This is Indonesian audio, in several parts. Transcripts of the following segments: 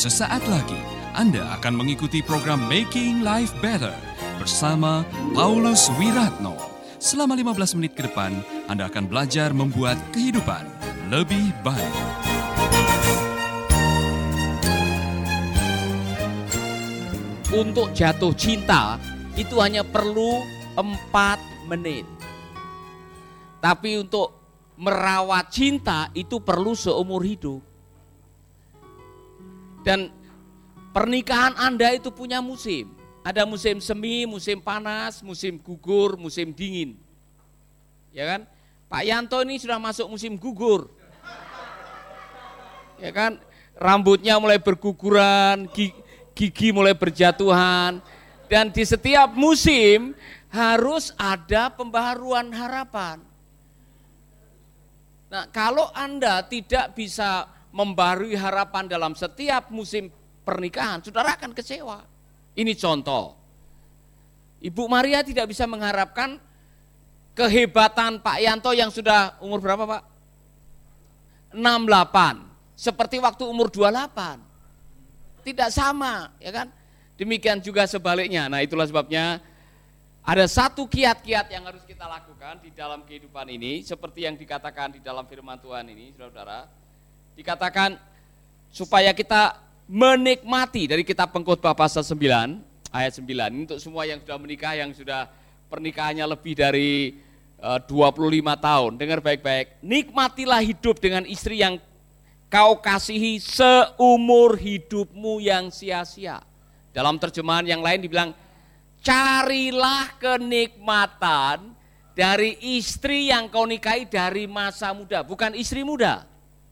Sesaat lagi Anda akan mengikuti program Making Life Better bersama Paulus Wiratno. Selama 15 menit ke depan, Anda akan belajar membuat kehidupan lebih baik. Untuk jatuh cinta itu hanya perlu 4 menit. Tapi untuk merawat cinta itu perlu seumur hidup. Dan pernikahan Anda itu punya musim. Ada musim semi, musim panas, musim gugur, musim dingin. Ya kan? Pak Yanto ini sudah masuk musim gugur. Ya kan? Rambutnya mulai berguguran, gigi mulai berjatuhan. Dan di setiap musim harus ada pembaharuan harapan. Nah, kalau Anda tidak bisa membaharui harapan dalam setiap musim pernikahan, saudara akan kecewa. Ini contoh. Ibu Maria tidak bisa mengharapkan kehebatan Pak Yanto yang sudah umur berapa, Pak? 68. Seperti waktu umur 28. Tidak sama, ya kan? Demikian juga sebaliknya. Nah, itulah sebabnya ada satu kiat-kiat yang harus kita lakukan di dalam kehidupan ini, seperti yang dikatakan di dalam firman Tuhan ini, saudara-saudara. Dikatakan supaya kita menikmati dari kitab Pengkhotbah pasal 9 ayat 9. Ini untuk semua yang sudah menikah, yang sudah pernikahannya lebih dari 25 tahun. Dengar baik-baik. Nikmatilah hidup dengan istri yang kau kasihi seumur hidupmu yang sia-sia. Dalam terjemahan yang lain dibilang, carilah kenikmatan dari istri yang kau nikahi dari masa muda, bukan istri muda.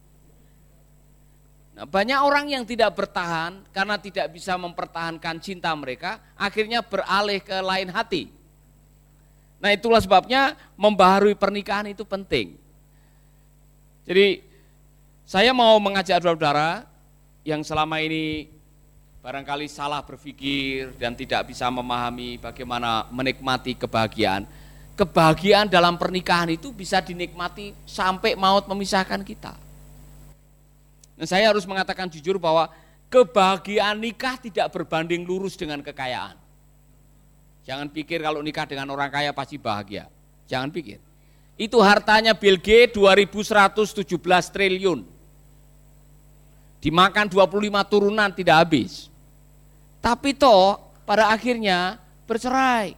Nah, banyak orang yang tidak bertahan karena tidak bisa mempertahankan cinta mereka, akhirnya beralih ke lain hati. Nah, itulah sebabnya membaharui pernikahan itu penting. Jadi saya mau mengajak saudara yang selama ini barangkali salah berpikir dan tidak bisa memahami bagaimana menikmati kebahagiaan. Kebahagiaan dalam pernikahan itu bisa dinikmati sampai maut memisahkan kita. Dan saya harus mengatakan jujur bahwa kebahagiaan nikah tidak berbanding lurus dengan kekayaan. Jangan pikir kalau nikah dengan orang kaya pasti bahagia. Jangan pikir. Itu hartanya Bill Gates 2117 triliun. Dimakan 25 turunan tidak habis. Tapi toh pada akhirnya bercerai.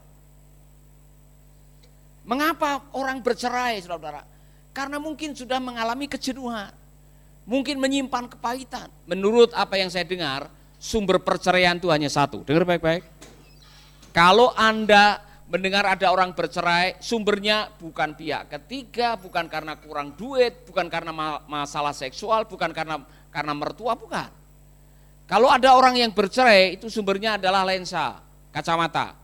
Mengapa orang bercerai, saudara? Karena mungkin sudah mengalami kejenuhan. Mungkin menyimpan kepahitan. Menurut apa yang saya dengar, sumber perceraian itu hanya satu. Dengar baik-baik. Kalau Anda mendengar ada orang bercerai, sumbernya bukan pihak ketiga, bukan karena kurang duit, bukan karena masalah seksual, bukan karena mertua, bukan. Kalau ada orang yang bercerai, itu sumbernya adalah lensa, kacamata.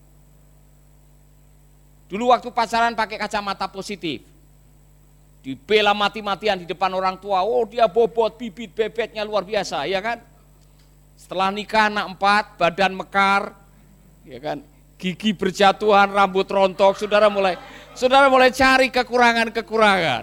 Dulu waktu pacaran pakai kacamata positif. Dibela mati-matian di depan orang tua, oh dia bobot, bibit bebetnya luar biasa, ya kan? Setelah nikah anak 4, badan mekar, ya kan? Gigi berjatuhan, rambut rontok, saudara mulai cari kekurangan-kekurangan.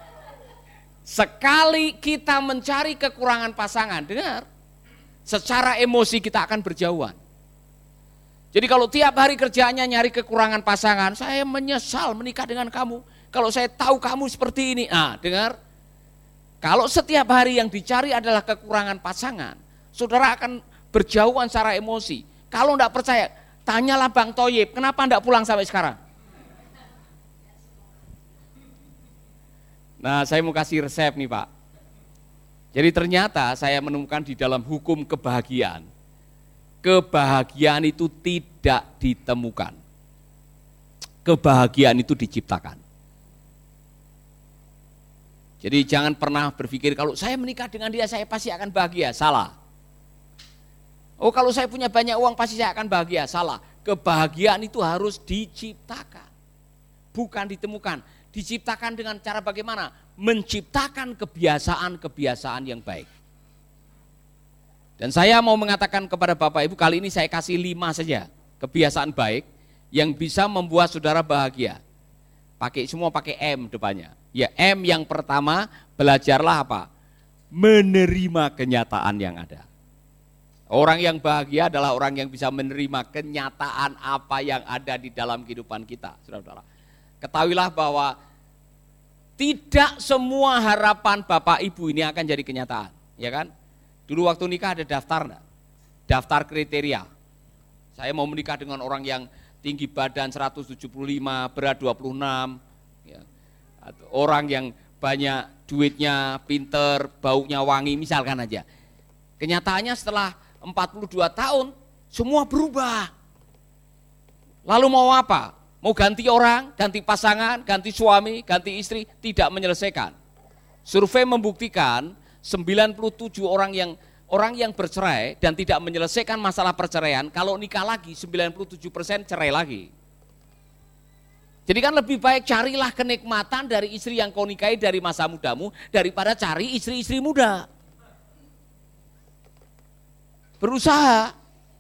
Sekali kita mencari kekurangan pasangan, dengar, secara emosi kita akan berjauhan. Jadi kalau tiap hari kerjaannya nyari kekurangan pasangan, saya menyesal menikah dengan kamu. Kalau saya tahu kamu seperti ini, dengar, kalau setiap hari yang dicari adalah kekurangan pasangan, saudara akan berjauhan secara emosi. Kalau enggak percaya, tanyalah Bang Toyib, kenapa enggak pulang sampai sekarang? Nah, saya mau kasih resep nih, Pak. Jadi ternyata saya menemukan di dalam hukum kebahagiaan itu tidak ditemukan. Kebahagiaan itu diciptakan. Jadi jangan pernah berpikir kalau saya menikah dengan dia saya pasti akan bahagia, salah. Oh kalau saya punya banyak uang pasti saya akan bahagia, salah. Kebahagiaan itu harus diciptakan, bukan ditemukan. Diciptakan dengan cara bagaimana? Menciptakan kebiasaan-kebiasaan yang baik. Dan saya mau mengatakan kepada Bapak Ibu, kali ini saya kasih 5 saja kebiasaan baik yang bisa membuat saudara bahagia. Semua pakai M depannya. Ya, M yang pertama, belajarlah apa? Menerima kenyataan yang ada. Orang yang bahagia adalah orang yang bisa menerima kenyataan apa yang ada di dalam kehidupan kita, saudara-saudara. Ketahuilah bahwa tidak semua harapan Bapak Ibu ini akan jadi kenyataan, ya kan? Dulu waktu nikah ada daftar enggak? Daftar kriteria. Saya mau menikah dengan orang yang tinggi badan 175, berat 26, ya. Atau orang yang banyak duitnya, pinter, baunya wangi, misalkan aja. Kenyataannya setelah 42 tahun, semua berubah. Lalu mau apa? Mau ganti orang, ganti pasangan, ganti suami, ganti istri, tidak menyelesaikan. Survei membuktikan 97 orang yang bercerai dan tidak menyelesaikan masalah perceraian, kalau nikah lagi 97% cerai lagi. Jadi kan lebih baik carilah kenikmatan dari istri yang kau nikahi dari masa mudamu daripada cari istri-istri muda. Berusaha.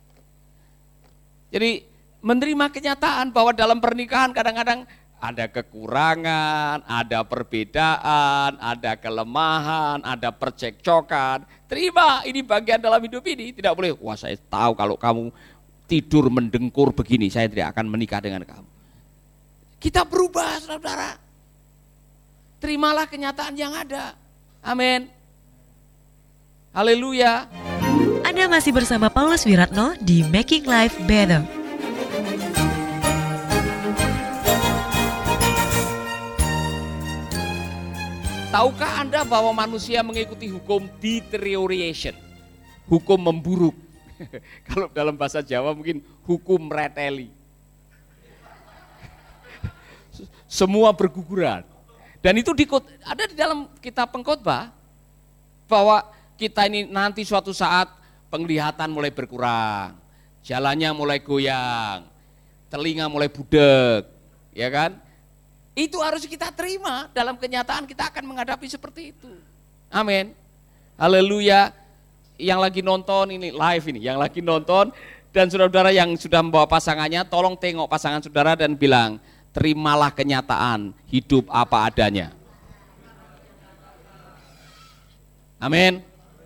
Jadi menerima kenyataan bahwa dalam pernikahan kadang-kadang ada kekurangan, ada perbedaan, ada kelemahan, ada percekcokan. Terima, ini bagian dalam hidup ini. Tidak boleh, wah saya tahu kalau kamu tidur mendengkur begini, saya tidak akan menikah dengan kamu. Kita berubah, saudara-saudara. Terimalah kenyataan yang ada. Amin. Haleluya. Anda masih bersama Paulus Wiratno di Making Life Better. Tahukah Anda bahwa manusia mengikuti hukum deterioration, hukum memburuk? Kalau dalam bahasa Jawa mungkin hukum reteli. Semua berguguran. Dan itu ada di dalam kitab Pengkhotbah bahwa kita ini nanti suatu saat penglihatan mulai berkurang, jalannya mulai goyang, telinga mulai budek, ya kan? Itu harus kita terima, dalam kenyataan kita akan menghadapi seperti itu. Amin. Haleluya. Yang lagi nonton ini live ini, yang lagi nonton dan saudara-saudara yang sudah membawa pasangannya, tolong tengok pasangan saudara dan bilang, terimalah kenyataan hidup apa adanya. Amin.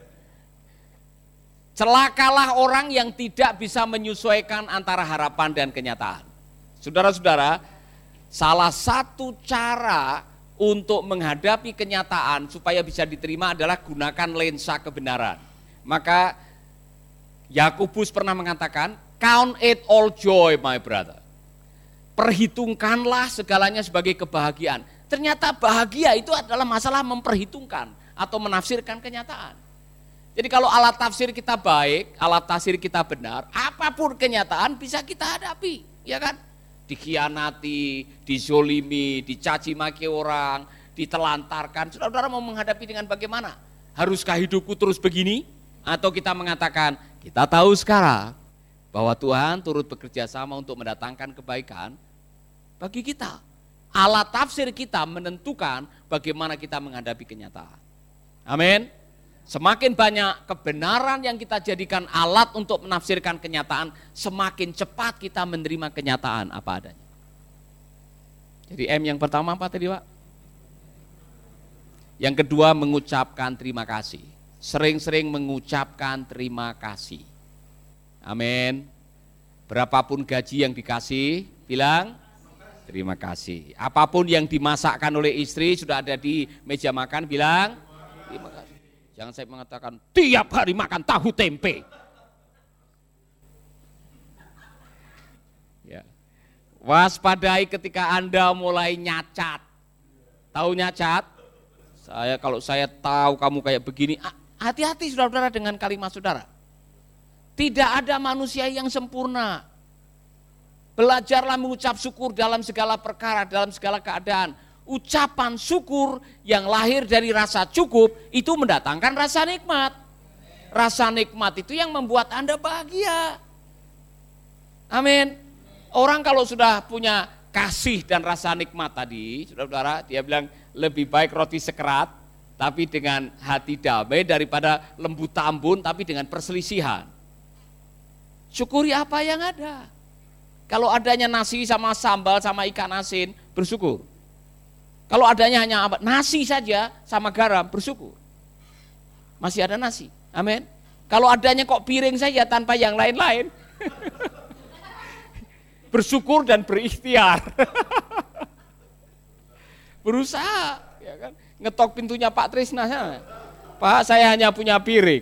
Celakalah orang yang tidak bisa menyesuaikan antara harapan dan kenyataan. Saudara-saudara, salah satu cara untuk menghadapi kenyataan supaya bisa diterima adalah gunakan lensa kebenaran. Maka Yakobus pernah mengatakan, count it all joy my brother. Perhitungkanlah segalanya sebagai kebahagiaan. Ternyata bahagia itu adalah masalah memperhitungkan atau menafsirkan kenyataan. Jadi kalau alat tafsir kita baik, alat tafsir kita benar, apapun kenyataan bisa kita hadapi, ya kan? Dikhianati, dizolimi, dicaci maki orang, ditelantarkan. Saudara-saudara mau menghadapi dengan bagaimana? Haruskah hidupku terus begini? Atau kita mengatakan, kita tahu sekarang bahwa Tuhan turut bekerja sama untuk mendatangkan kebaikan bagi kita. Alat tafsir kita menentukan bagaimana kita menghadapi kenyataan. Amin. Semakin banyak kebenaran yang kita jadikan alat untuk menafsirkan kenyataan, semakin cepat kita menerima kenyataan apa adanya. Jadi M yang pertama apa tadi Pak? Yang kedua mengucapkan terima kasih. Sering-sering mengucapkan terima kasih. Amin. Berapapun gaji yang dikasih, bilang terima kasih. Apapun yang dimasakkan oleh istri sudah ada di meja makan, bilang terima kasih. Jangan saya mengatakan tiap hari makan tahu tempe. Ya. Waspadai ketika Anda mulai nyacat. Tahu nyacat? Kalau saya tahu kamu kayak begini, hati-hati saudara-saudara dengan kalimat saudara. Tidak ada manusia yang sempurna. Belajarlah mengucap syukur dalam segala perkara, dalam segala keadaan. Ucapan syukur yang lahir dari rasa cukup itu mendatangkan rasa nikmat. Rasa nikmat itu yang membuat Anda bahagia. Amin. Orang kalau sudah punya kasih dan rasa nikmat tadi, saudara-saudara, dia bilang lebih baik roti sekerat tapi dengan hati damai daripada lembu tambun tapi dengan perselisihan. Syukuri apa yang ada. Kalau adanya nasi sama sambal sama ikan asin, bersyukur. Kalau adanya hanya nasi saja sama garam, bersyukur. Masih ada nasi, amin. Kalau adanya kok piring saja tanpa yang lain-lain. Bersyukur dan berikhtiar. Berusaha, ya kan? Ngetok pintunya Pak Trisna sana. Pak, saya hanya punya piring.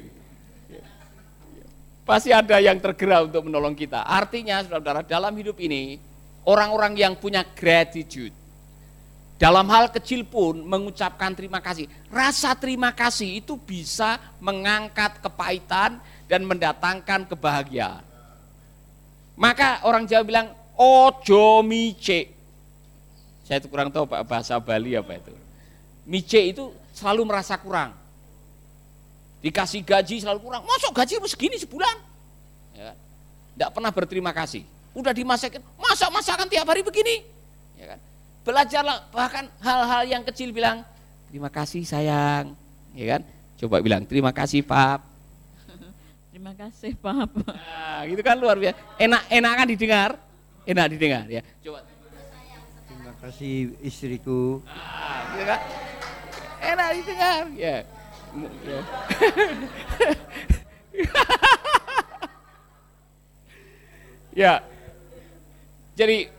Pasti ada yang tergerak untuk menolong kita. Artinya, saudara-saudara, dalam hidup ini, orang-orang yang punya gratitude, dalam hal kecil pun mengucapkan terima kasih. Rasa terima kasih itu bisa mengangkat kepahitan dan mendatangkan kebahagiaan. Maka orang Jawa bilang, ojo mice. Saya itu kurang tahu bahasa Bali apa itu. Mice itu selalu merasa kurang. Dikasih gaji selalu kurang. Masuk gaji segini sebulan. Ya, tidak pernah berterima kasih. Udah dimasakin, masakan tiap hari begini. Ya kan? Belajarlah bahkan hal-hal yang kecil bilang, terima kasih sayang. Ya kan? Coba bilang, terima kasih Pap. Terima kasih Pap. Nah, gitu kan luar biasa. Enak kan didengar? Enak didengar ya. Coba. Terima kasih istriku. Nah, gitu kan? Enak didengar ya. Ya. Jadi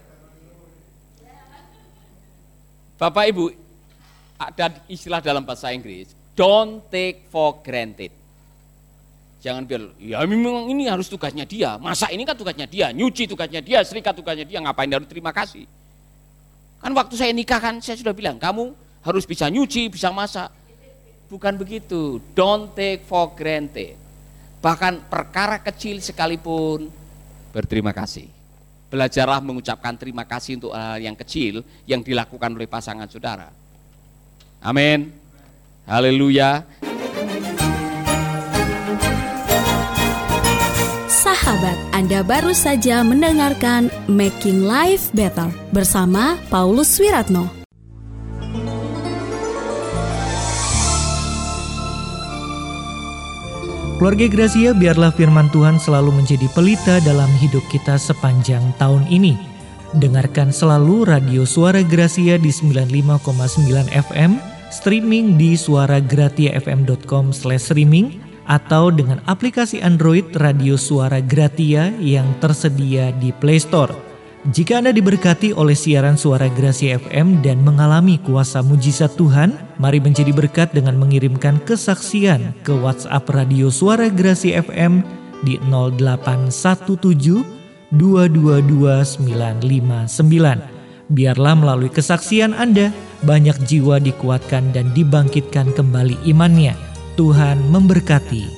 Bapak Ibu, ada istilah dalam bahasa Inggris, don't take for granted. Jangan bilang, ya memang ini harus tugasnya dia, masak ini kan tugasnya dia, nyuci tugasnya dia, setrika tugasnya dia, ngapain harus terima kasih. Kan waktu saya nikah kan saya sudah bilang, kamu harus bisa nyuci, bisa masak. Bukan begitu, don't take for granted. Bahkan perkara kecil sekalipun berterima kasih. Belajarlah mengucapkan terima kasih untuk hal yang kecil yang dilakukan oleh pasangan saudara. Amin. Haleluya. Sahabat, Anda baru saja mendengarkan Making Life Better bersama Paulus Wiratno. Keluarga Gracia, biarlah firman Tuhan selalu menjadi pelita dalam hidup kita sepanjang tahun ini. Dengarkan selalu radio Suara Gracia di 95,9 FM, streaming di suaragratiafm.com/streaming, atau dengan aplikasi Android Radio Suara Gratia yang tersedia di Play Store. Jika Anda diberkati oleh siaran Suara Gracia FM dan mengalami kuasa mujizat Tuhan, mari menjadi berkat dengan mengirimkan kesaksian ke WhatsApp Radio Suara Gracia FM di 0817 222 959. Biarlah melalui kesaksian Anda, banyak jiwa dikuatkan dan dibangkitkan kembali imannya. Tuhan memberkati.